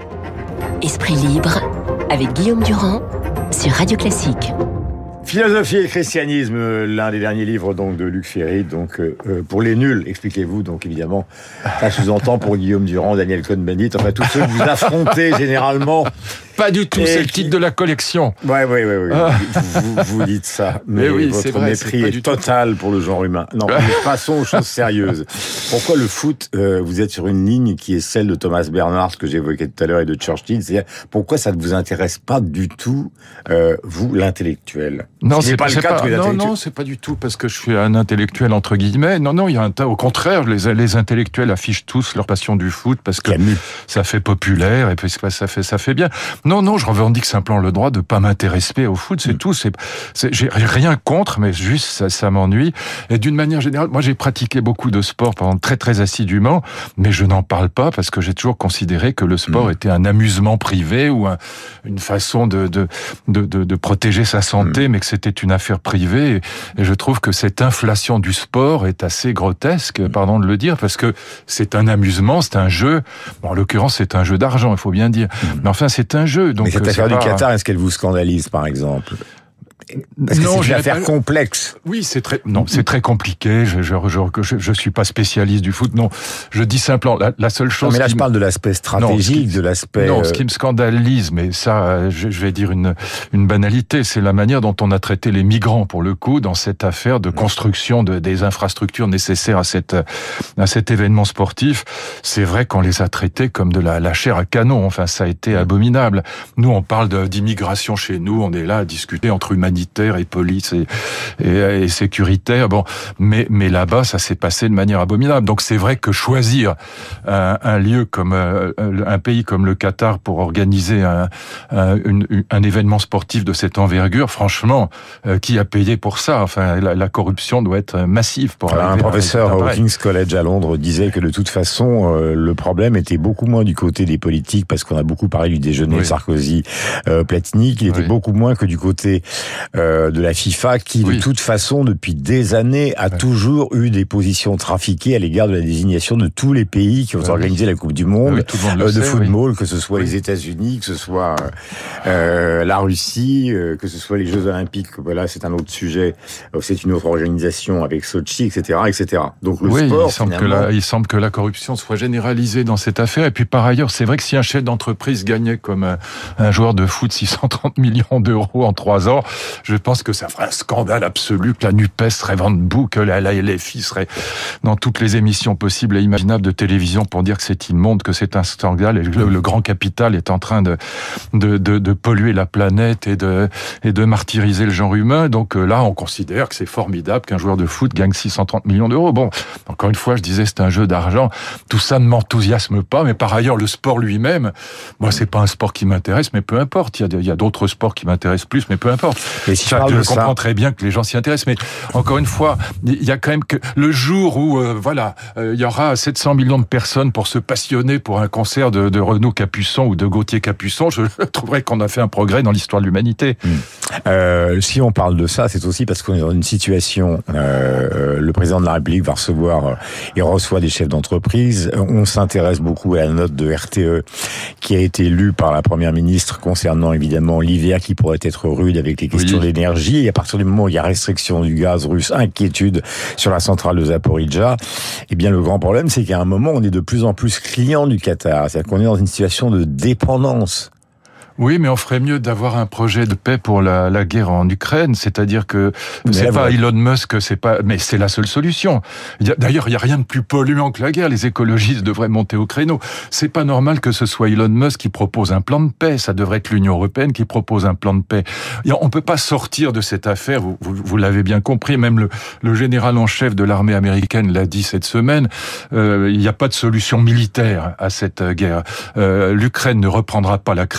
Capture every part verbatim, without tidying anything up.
Esprit libre avec Guillaume Durand sur Radio Classique. Philosophie et christianisme, l'un des derniers livres donc de Luc Ferry, donc euh, pour les nuls, expliquez-vous. Donc évidemment, ça sous-entend pour Guillaume Durand, Daniel Cohn-Bendit, enfin tous ceux que vous affrontez généralement. Pas du tout, c'est le titre de la collection. Ouais, ouais, ouais, ouais. Ah. Vous, vous, vous dites ça, mais, mais oui, votre vrai, mépris est, est total tout. Pour le genre humain. Non, mais passons aux choses sérieuses. Pourquoi le foot, euh, vous êtes sur une ligne qui est celle de Thomas Bernhard, ce que j'évoquais tout à l'heure, et de Churchill, c'est-à-dire pourquoi ça ne vous intéresse pas du tout, euh, vous, l'intellectuel? Non, c'est pas le cas. Pas, non, non, c'est pas du tout parce que je suis un intellectuel entre guillemets. Non, non, il y a un tas. Au contraire, les, les intellectuels affichent tous leur passion du foot parce que Camus. Ça fait populaire et puis ça fait ça fait bien. Non, non, je revendique simplement le droit de pas m'intéresser au foot, c'est mmh. tout. C'est, c'est, j'ai rien contre, mais juste ça, ça m'ennuie. Et d'une manière générale, moi j'ai pratiqué beaucoup de sport pendant très très assidûment, mais je n'en parle pas parce que j'ai toujours considéré que le sport mmh. était un amusement privé ou un, une façon de de, de de de protéger sa santé, mmh. mais que c'était une affaire privée. Et je trouve que cette inflation du sport est assez grotesque, mmh. pardon de le dire, parce que c'est un amusement, c'est un jeu. Bon, en l'occurrence, c'est un jeu d'argent, il faut bien dire. Mmh. Mais enfin, c'est un jeu. Donc, mais cette affaire du Qatar, est-ce qu'elle vous scandalise, par exemple? Parce que non, c'est une affaire pas... complexe. Oui, c'est très non, c'est très compliqué. Je je je je suis pas spécialiste du foot. Non, je dis simplement la, la seule chose. Non, mais là, qui je me... parle de l'aspect stratégique, non, qui... de l'aspect. Non, ce qui me scandalise, mais ça, je, je vais dire une une banalité, c'est la manière dont on a traité les migrants pour le coup dans cette affaire de construction de des infrastructures nécessaires à cette à cet événement sportif. C'est vrai qu'on les a traités comme de la la chair à canon. Enfin, ça a été abominable. Nous, on parle de, d'immigration chez nous. On est là à discuter entre humanitaires et police et, et, et sécuritaire. Bon, mais mais là-bas, ça s'est passé de manière abominable. Donc c'est vrai que choisir un, un lieu comme euh, un pays comme le Qatar pour organiser un, un, une, un événement sportif de cette envergure, franchement, euh, qui a payé pour ça? Enfin, la, la corruption doit être massive pour. Alors, un professeur au King's College à Londres disait que de toute façon, euh, le problème était beaucoup moins du côté des politiques, parce qu'on a beaucoup parlé du déjeuner oui. Sarkozy euh, Platini, qu'il était oui. beaucoup moins que du côté Euh, de la FIFA, qui oui. de toute façon depuis des années a ouais. toujours eu des positions trafiquées à l'égard de la désignation de tous les pays qui ont ouais. organisé la Coupe du Monde oui, euh, de sait, football, oui. que ce soit oui. les États-Unis, que ce soit euh, la Russie, euh, que ce soit les Jeux Olympiques. Voilà, c'est un autre sujet. C'est une autre organisation avec Sochi, et cetera, et cetera. Donc le oui, sport, il semble finalement... que la, il semble que la corruption soit généralisée dans cette affaire. Et puis par ailleurs, c'est vrai que si un chef d'entreprise gagnait comme un, un joueur de foot six cent trente millions d'euros en trois ans, je pense que ça ferait un scandale absolu, que la NUPES serait vent debout, que la L F I serait dans toutes les émissions possibles et imaginables de télévision pour dire que c'est immonde, que c'est un scandale et que le, le grand capital est en train de, de, de, de polluer la planète et de, et de martyriser le genre humain. Donc là, on considère que c'est formidable qu'un joueur de foot gagne six cent trente millions d'euros. Bon, encore une fois, je disais, c'est un jeu d'argent. Tout ça ne m'enthousiasme pas, mais par ailleurs, le sport lui-même, moi, c'est pas un sport qui m'intéresse, mais peu importe. Il y a, il y a d'autres sports qui m'intéressent plus, mais peu importe. Et si ça, je, je comprends très bien que les gens s'y intéressent, mais encore une fois, il y a quand même que le jour où euh, voilà, euh, il y aura sept cents millions de personnes pour se passionner pour un concert de, de Renaud Capuçon ou de Gauthier Capuçon, je trouverais qu'on a fait un progrès dans l'histoire de l'humanité. Mmh. Euh, si on parle de ça, c'est aussi parce qu'on est dans une situation. Euh, le président de la République va recevoir, euh, il reçoit des chefs d'entreprise. On s'intéresse beaucoup à la note de R T E qui a été lue par la première ministre concernant évidemment l'hiver qui pourrait être rude avec les questions oui. d'énergie. Et à partir du moment où il y a restriction du gaz russe, inquiétude sur la centrale de Zaporijjia, eh bien le grand problème, c'est qu'à un moment, on est de plus en plus client du Qatar. C'est-à-dire qu'on est dans une situation de dépendance. Oui, mais on ferait mieux d'avoir un projet de paix pour la, la guerre en Ukraine, c'est-à-dire que mais c'est pas Elon Musk, c'est pas, mais c'est la seule solution. Il y a, d'ailleurs, il y a rien de plus polluant que la guerre. Les écologistes devraient monter au créneau. C'est pas normal que ce soit Elon Musk qui propose un plan de paix. Ça devrait être l'Union européenne qui propose un plan de paix. On peut pas sortir de cette affaire. Vous, vous, vous l'avez bien compris. Même le, le général en chef de l'armée américaine l'a dit cette semaine. Euh, il n'y a pas de solution militaire à cette guerre. Euh, L'Ukraine ne reprendra pas la Crimée.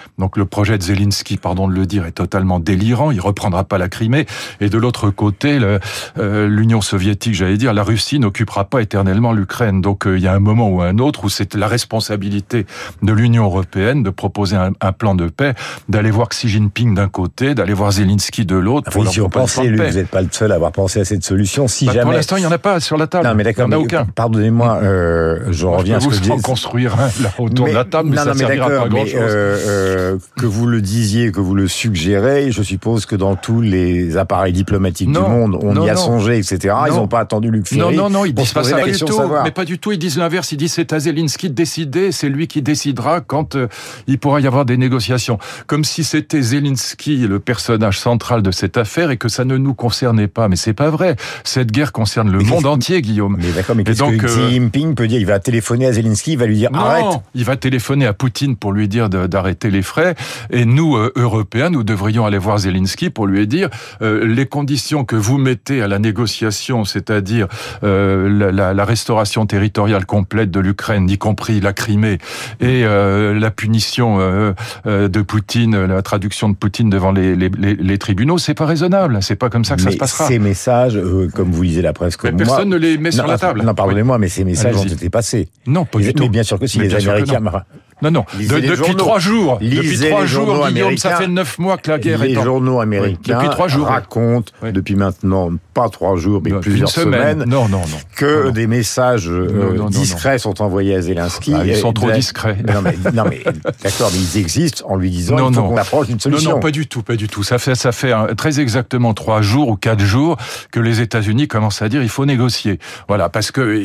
Donc le projet de Zelensky, pardon de le dire, est totalement délirant. Il reprendra pas la Crimée. Et de l'autre côté, le, euh, l'Union soviétique, j'allais dire, la Russie n'occupera pas éternellement l'Ukraine. Donc euh, il y a un moment ou un autre où c'est la responsabilité de l'Union européenne de proposer un, un plan de paix, d'aller voir Xi Jinping d'un côté, d'aller voir Zelensky de l'autre. Pour si on pensait, lui, vous n'êtes pas le seul à avoir pensé à cette solution. Si bah, jamais... Pour l'instant, il n'y en a pas sur la table. Non, mais d'accord, il n'y en a aucun. Pardonnez-moi, euh, je Moi, reviens je peux à ce vous que je dis. construire un là autour mais, de la table, mais non, ça non, ne servira mais pas à grand-chose. Euh, euh, que vous le disiez, que vous le suggérez, je suppose que dans tous les appareils diplomatiques non, du monde, on non, y a non. songé, et cetera. Non. Ils n'ont pas attendu Luc Ferry. Non, non, non, ils disent pas ça du tout. Mais pas du tout. Ils disent l'inverse. Ils disent c'est à Zelensky de décider. C'est lui qui décidera quand euh, il pourra y avoir des négociations. Comme si c'était Zelensky le personnage central de cette affaire et que ça ne nous concernait pas. Mais c'est pas vrai. Cette guerre concerne le mais monde entier, Guillaume. Mais d'accord, mais qu'est-ce donc, que euh... Xi Jinping peut dire? Il va téléphoner à Zelensky, il va lui dire non, arrête. Il va téléphoner à Poutine pour lui dire de, d'arrêter les frais. Et nous, euh, Européens, nous devrions aller voir Zelensky pour lui dire euh, les conditions que vous mettez à la négociation, c'est-à-dire euh, la, la, la restauration territoriale complète de l'Ukraine, y compris la Crimée, et euh, la punition euh, euh, de Poutine, la traduction de Poutine devant les, les, les, les tribunaux, c'est pas raisonnable. C'est pas comme ça que mais ça se passera. Ces messages, euh, comme vous lisez la presse, comme mais moi, personne ne les met non, sur la table. Non, pardonnez-moi, mais ces messages Allez-y. ont été passés. Non, pas mais, du tout. Mais bien sûr que si mais les Américains. Non, non. De, depuis journaux. trois jours. Lisez depuis trois les jours, Guillaume, américains. ça fait neuf mois que la guerre les est en... Les journaux américains oui, depuis trois jours, racontent, oui. depuis maintenant, pas trois jours, mais non, plusieurs semaine. semaines, non, non, non. que non, non. des messages euh, non, non, discrets non. sont envoyés à Zelensky. Ah, ils sont trop la... discrets. Non, mais, non, mais d'accord, mais ils existent en lui disant non, il faut non. qu'on approche d'une solution. Non, non, pas du tout, pas du tout. Ça fait, ça fait un, très exactement trois jours ou quatre jours que les États-Unis commencent à dire il faut négocier. Voilà, parce que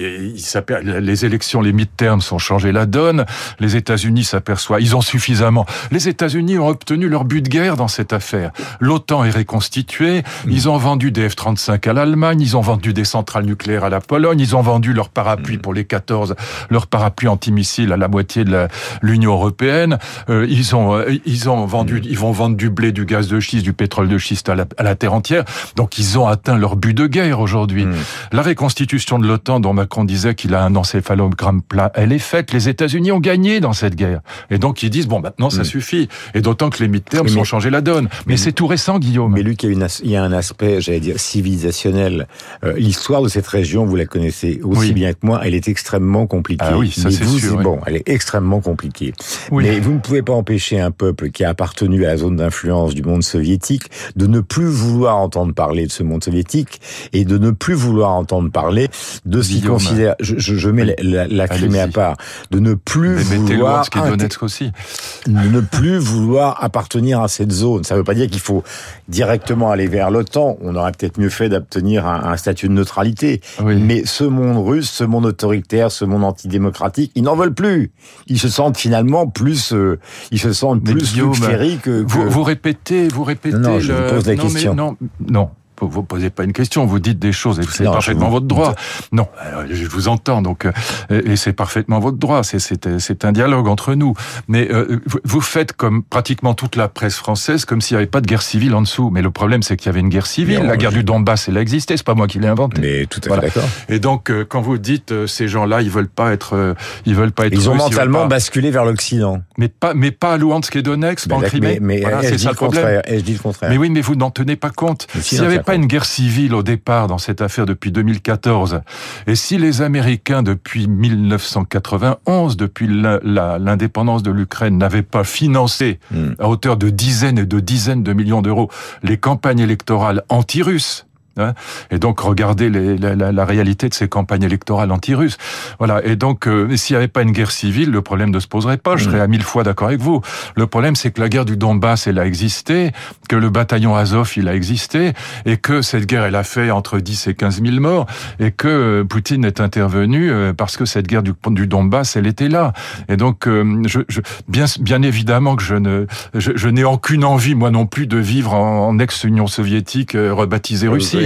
il, les élections, les mid-terms ont changé la donne. Les États-Unis s'aperçoivent, ils ont suffisamment. Les États-Unis ont obtenu leur but de guerre dans cette affaire. L'OTAN est reconstituée. Mmh. Ils ont vendu des F trente-cinq à l'Allemagne. Ils ont vendu des centrales nucléaires à la Pologne. Ils ont vendu leur parapluie mmh. pour les quatorze, leur parapluie antimissile à la moitié de la, l'Union européenne. Euh, ils ont, euh, ils ont vendu, mmh. ils vont vendre du blé, du gaz de schiste, du pétrole de schiste à la, à la terre entière. Donc ils ont atteint leur but de guerre aujourd'hui. Mmh. La reconstitution de l'OTAN, dont Macron disait qu'il a un encéphalogramme plat, elle est faite. Les États-Unis ont gagné dans cette guerre. Et donc ils disent bon, maintenant ça mmh. suffit. Et d'autant que les mid-terms ont changé la donne. Mais, mais c'est tout récent, Guillaume. Mais Luc, il y a, une, il y a un aspect, j'allais dire, civilisationnel. Euh, l'histoire de cette région, vous la connaissez aussi oui. bien que moi, elle est extrêmement compliquée. Ah oui, ça mais c'est vous, sûr. Bon, oui. elle est extrêmement compliquée. Oui. Mais vous ne pouvez pas empêcher un peuple qui a appartenu à la zone d'influence du monde soviétique de ne plus vouloir entendre parler de ce monde soviétique et de ne plus vouloir entendre parler de ce qu'il considère, je, je, je mets oui. la, la Crimée à part, de ne plus mais vouloir... Luhansk et Donetsk aussi. De ne plus vouloir appartenir à cette zone. Ça ne veut pas dire qu'il faut directement aller vers l'OTAN. On aurait peut-être mieux fait d'obtenir un, un statut de neutralité. Oui. Mais ce monde russe, ce monde autoritaire, ce monde antidémocratique, ils n'en veulent plus. Ils se sentent finalement plus, euh, ils se sentent mais plus Luc Ferry que, que... Vous, vous répétez, vous répétez. Non, non le... je vous pose la non, question. Mais non, non. Vous posez pas une question, vous dites des choses et c'est non, parfaitement vous... votre droit. Non, je vous entends donc et c'est parfaitement votre droit. C'est c'est c'est un dialogue entre nous. Mais euh, vous faites comme pratiquement toute la presse française comme s'il n'y avait pas de guerre civile en dessous. Mais le problème c'est qu'il y avait une guerre civile. La guerre du Donbass, elle a existé. C'est pas moi qui l'ai inventée. Mais tout à fait voilà. d'accord. Et donc euh, quand vous dites euh, ces gens-là, ils veulent pas être, euh, ils veulent pas être. Ils ont russes, mentalement ils pas... basculé vers l'Occident. Mais pas, mais pas à Luhansk et Donetsk, pas en Crimée. Mais, mais voilà, c'est ça le problème. Et je dis le contraire. Mais oui, mais vous n'en tenez pas compte. S'il n'y avait pas une guerre civile au départ dans cette affaire depuis deux mille quatorze, et si les Américains depuis mille neuf cent quatre-vingt-onze, depuis la, la, l'indépendance de l'Ukraine, n'avaient pas financé mm. à hauteur de dizaines et de dizaines de millions d'euros les campagnes électorales anti-russes, hein, et donc regardez les, la, la, la réalité de ces campagnes électorales anti-russes. Voilà. Et donc, euh, s'il n'y avait pas une guerre civile, le problème ne se poserait pas. Je serais à mille fois d'accord avec vous. Le problème, c'est que la guerre du Donbass, elle a existé, que le bataillon Azov, il a existé, et que cette guerre, elle a fait entre dix et quinze mille morts, et que euh, Poutine est intervenu euh, parce que cette guerre du, du Donbass, elle était là. Et donc, euh, je, je, bien, bien évidemment que je ne, je, je n'ai aucune envie, moi non plus, de vivre en, en ex-Union soviétique euh, rebaptisée Russie.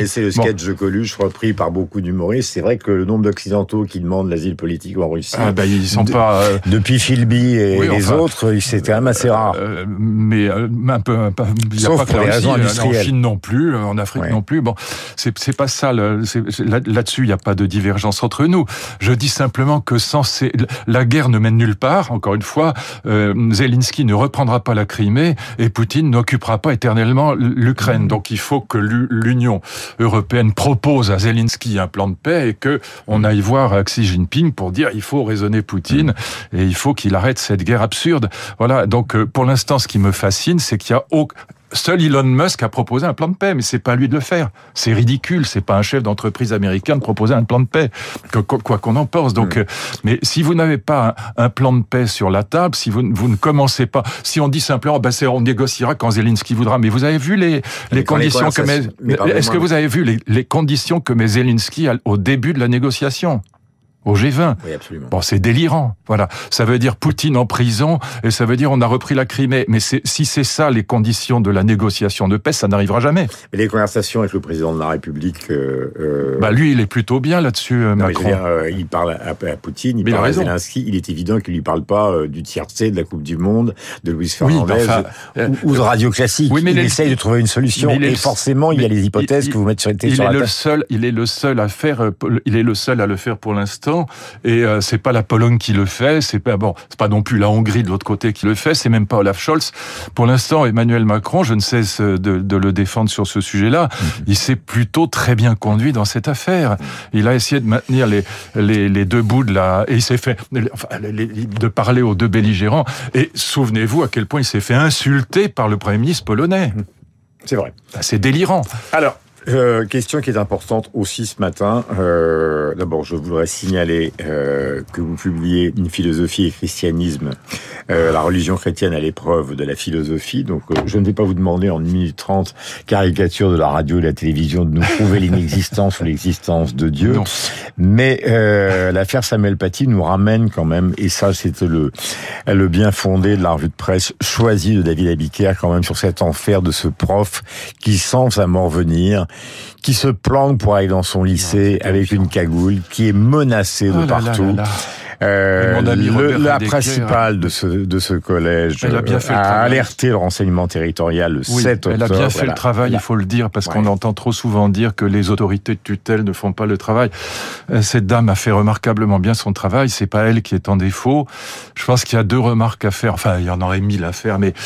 connaissez le sketch bon. de Coluche repris par beaucoup d'humoristes. C'est vrai que le nombre d'Occidentaux qui demandent l'asile politique en Russie, ah ben, ils sont de, pas euh... depuis Philby et oui, les enfin, autres, c'est quand même assez rare. Euh, mais euh, un peu, un peu il y a Sauf pas pour que les la raisons Russie, industrielles. En Chine non plus, en Afrique ouais. non plus. Bon, c'est c'est pas ça. Le, c'est, c'est, là, là-dessus, il n'y a pas de divergence entre nous. Je dis simplement que sans ces, la guerre ne mène nulle part. Encore une fois, euh, Zelensky ne reprendra pas la Crimée et Poutine n'occupera pas éternellement l'Ukraine. Donc, il faut que l'Union européenne propose à Zelensky un plan de paix et que on aille voir Xi Jinping pour dire il faut raisonner Poutine et il faut qu'il arrête cette guerre absurde. Voilà. Donc, pour l'instant, ce qui me fascine, c'est qu'il y a aucun... Seul Elon Musk a proposé un plan de paix, mais c'est pas à lui de le faire. C'est ridicule, c'est pas un chef d'entreprise américain de proposer un plan de paix, quoi qu'on en pense. Donc, mmh. mais si vous n'avez pas un, un plan de paix sur la table, si vous, vous ne commencez pas, si on dit simplement, ben c'est, on négociera quand Zelensky voudra, mais vous avez vu les, les conditions que met, est-ce que vous avez vu les, les conditions que met Zelensky au début de la négociation? Au G vingt. Oui, absolument. Bon, c'est délirant. Voilà. Ça veut dire Poutine en prison et ça veut dire on a repris la Crimée. Mais c'est, si c'est ça les conditions de la négociation de paix, ça n'arrivera jamais. Mais les conversations avec le président de la République... Euh, euh... Bah, lui, il est plutôt bien là-dessus, euh, non, Macron. Je veux dire, euh, il parle à, à Poutine, il mais parle il à Zelensky. Il est évident qu'il lui parle pas euh, du tiercé, de la Coupe du Monde, de Luis Fernandez, oui, enfin, euh, ou, ou de radio classique. Oui, mais il les... essaye de trouver une solution. Et le... forcément, il y a les hypothèses il, que vous mettez sur les il sur est la le seul, Il est le seul à faire... Il est le seul à le faire pour l'instant. Et c'est pas la Pologne qui le fait, c'est pas bon, c'est pas non plus la Hongrie de l'autre côté qui le fait, c'est même pas Olaf Scholz. Pour l'instant, Emmanuel Macron, je ne cesse de, de le défendre sur ce sujet-là, mmh. il s'est plutôt très bien conduit dans cette affaire. Il a essayé de maintenir les les, les deux bouts de la et il s'est fait enfin, les, de parler aux deux belligérants. Et souvenez-vous à quel point il s'est fait insulter par le Premier ministre polonais. C'est vrai. C'est délirant. Alors. Euh, question qui est importante aussi ce matin. Euh, d'abord, je voudrais signaler euh, que vous publiez une philosophie et christianisme, euh, la religion chrétienne à l'épreuve de la philosophie. Donc, euh, je ne vais pas vous demander en une minute trente, caricature de la radio et de la télévision, de nous prouver l'inexistence ou l'existence de Dieu. Non. Mais euh, l'affaire Samuel Paty nous ramène quand même, et ça c'était le, le bien fondé de la revue de presse choisie de David Abiker quand même sur cet enfer de ce prof qui sent sa mort venir, qui se planque pour aller dans son lycée non, avec une cagoule, qui est menacé de oh là partout. Là là là. Euh, le, la principale de ce, de ce collège a, bien fait a alerté le renseignement territorial le oui, sept octobre. Elle a bien fait le travail, il faut le dire, parce ouais. qu'on entend trop souvent dire que les autorités de tutelle ne font pas le travail. Cette dame a fait remarquablement bien son travail, c'est pas elle qui est en défaut. Je pense qu'il y a deux remarques à faire, enfin il y en aurait mille à faire, mais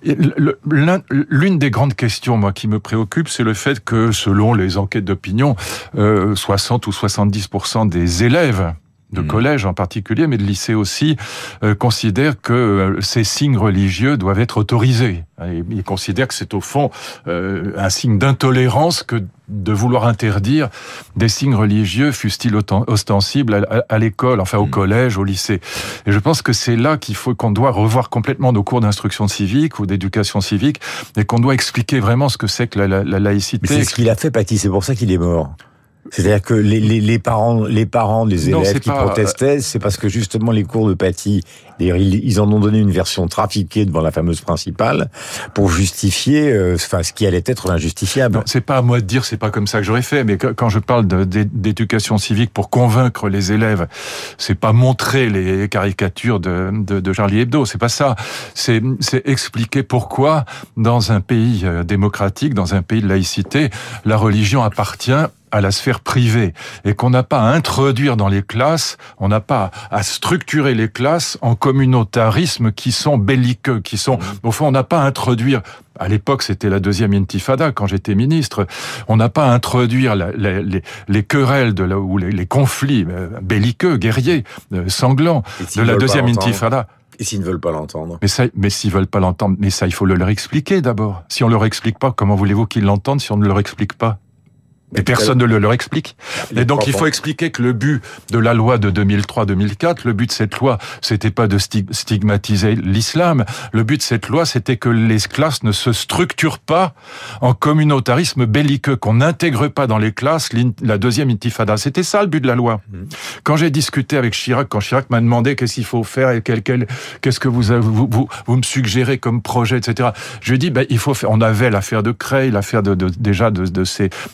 l'une des grandes questions, moi, qui me préoccupe, c'est le fait que, selon les enquêtes d'opinion, euh, soixante ou soixante-dix pour cent des élèves de collège en particulier, mais de lycée aussi, euh, considèrent que euh, ces signes religieux doivent être autorisés. Ils considèrent que c'est au fond euh, un signe d'intolérance que de vouloir interdire des signes religieux, fussent-ils ostensibles, à, à, à l'école, enfin au mmh. collège, au lycée. Et je pense que c'est là qu'il faut qu'on doit revoir complètement nos cours d'instruction civique ou d'éducation civique, et qu'on doit expliquer vraiment ce que c'est que la, la, la laïcité. Mais c'est ce qu'il a fait, Paty, c'est pour ça qu'il est mort. C'est-à-dire que les, les, les parents, les parents des élèves non, qui pas... protestaient, c'est parce que justement les cours de Paty, ils en ont donné une version trafiquée devant la fameuse principale pour justifier, euh, enfin, ce qui allait être l'injustifiable. Non, c'est pas à moi de dire, c'est pas comme ça que j'aurais fait, mais quand je parle de, d'éducation civique pour convaincre les élèves, c'est pas montrer les caricatures de, de, de Charlie Hebdo, c'est pas ça. C'est, c'est expliquer pourquoi, dans un pays démocratique, dans un pays de laïcité, la religion appartient à la sphère privée, et qu'on n'a pas à introduire dans les classes, on n'a pas à structurer les classes en communautarismes qui sont belliqueux, qui sont, au fond, on n'a pas à introduire, à l'époque c'était la deuxième intifada quand j'étais ministre, on n'a pas à introduire la, la, les, les querelles de la, ou les, les conflits belliqueux, guerriers, sanglants de la deuxième intifada. Et s'ils ne veulent pas l'entendre? Mais ça, mais s'ils veulent pas l'entendre, mais ça, il faut le leur expliquer d'abord. Si on leur explique pas, comment voulez-vous qu'ils l'entendent si on ne leur explique pas? Et personne ne le leur explique. Et donc il faut expliquer que le but de la loi de deux mille trois deux mille quatre, le but de cette loi, c'était pas de stigmatiser l'islam. Le but de cette loi, c'était que les classes ne se structurent pas en communautarisme belliqueux, qu'on n'intègre pas dans les classes la deuxième intifada. C'était ça le but de la loi. Quand j'ai discuté avec Chirac, quand Chirac m'a demandé qu'est-ce qu'il faut faire et quel, quel, qu'est-ce que vous, vous, vous, vous me suggérez comme projet, et cetera. Je lui ai dit, ben, il faut faire, on avait l'affaire de Creil, l'affaire de, de, déjà de, de ces, de ces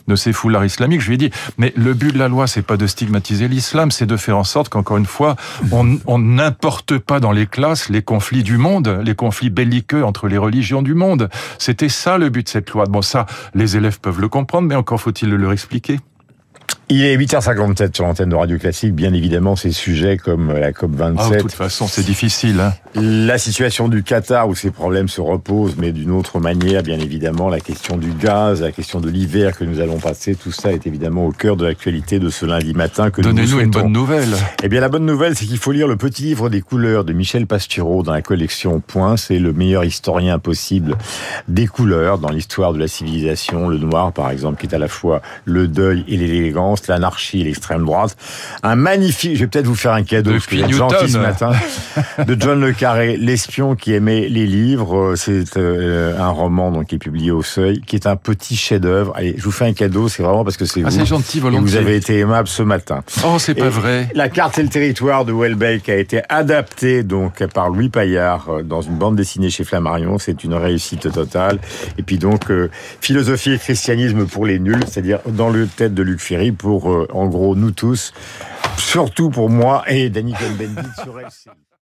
foulard islamique. Je lui ai dit, mais le but de la loi, c'est pas de stigmatiser l'islam, c'est de faire en sorte qu'encore une fois, on, on n'importe pas dans les classes les conflits du monde, les conflits belliqueux entre les religions du monde. C'était ça le but de cette loi. Bon, ça, les élèves peuvent le comprendre, mais encore faut-il le leur expliquer. Il est huit heures cinquante-sept sur l'antenne de Radio Classique. Bien évidemment, ces sujets comme la COP vingt-sept. Ah, de toute façon, c'est difficile. Hein. La situation du Qatar où ces problèmes se reposent, mais d'une autre manière, bien évidemment. La question du gaz, la question de l'hiver que nous allons passer. Tout ça est évidemment au cœur de l'actualité de ce lundi matin que Donnez-nous nous souhaitons. une bonne nouvelle. Eh bien, la bonne nouvelle, c'est qu'il faut lire le petit livre des couleurs de Michel Pastoureau dans la collection Point. C'est le meilleur historien possible des couleurs dans l'histoire de la civilisation. Le noir, par exemple, qui est à la fois le deuil et l'élégance, l'anarchie et l'extrême droite. Un magnifique, je vais peut-être vous faire un cadeau, parce que vous êtes gentil ce matin, de John Le Carré, l'espion qui aimait les livres. C'est euh, un roman donc qui est publié au Seuil, qui est un petit chef-d'œuvre. Allez, je vous fais un cadeau, c'est vraiment parce que c'est ah, vous. C'est gentil, volontiers. Vous avez été aimable ce matin. Oh, c'est pas et vrai. La carte et le territoire de Houellebecq a été adaptée donc par Louis Paillard dans une bande dessinée chez Flammarion. C'est une réussite totale. Et puis donc euh, philosophie et christianisme pour les nuls, c'est-à-dire dans le tête de Luc Ferry pour euh, en gros nous tous, surtout pour moi et Danny Cohn-Bendit sur L C I.